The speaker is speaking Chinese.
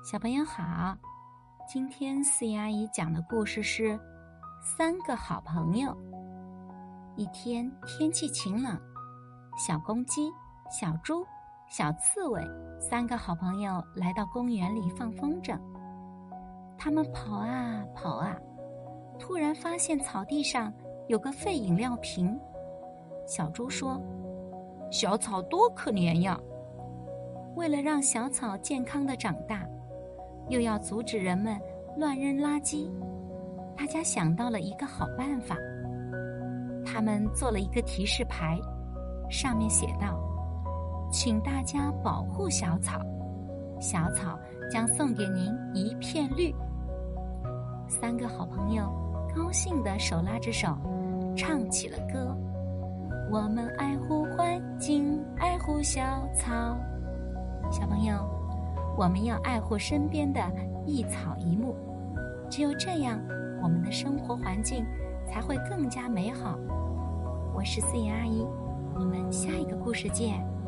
小朋友好，今天四姨阿姨讲的故事是三个好朋友。一天天气晴冷，小公鸡、小猪、小刺猬三个好朋友来到公园里放风筝。他们跑啊跑啊，突然发现草地上有个废饮料瓶。小猪说：“小草多可怜呀！”为了让小草健康地长大，又要阻止人们乱扔垃圾，大家想到了一个好办法。他们做了一个提示牌，上面写道：“请大家保护小草，小草将送给您一片绿。”三个好朋友高兴地手拉着手，唱起了歌：“我们爱护环境，爱护小草。”小朋友，我们要爱护身边的一草一木，只有这样，我们的生活环境才会更加美好。我是四姨阿姨，我们下一个故事见。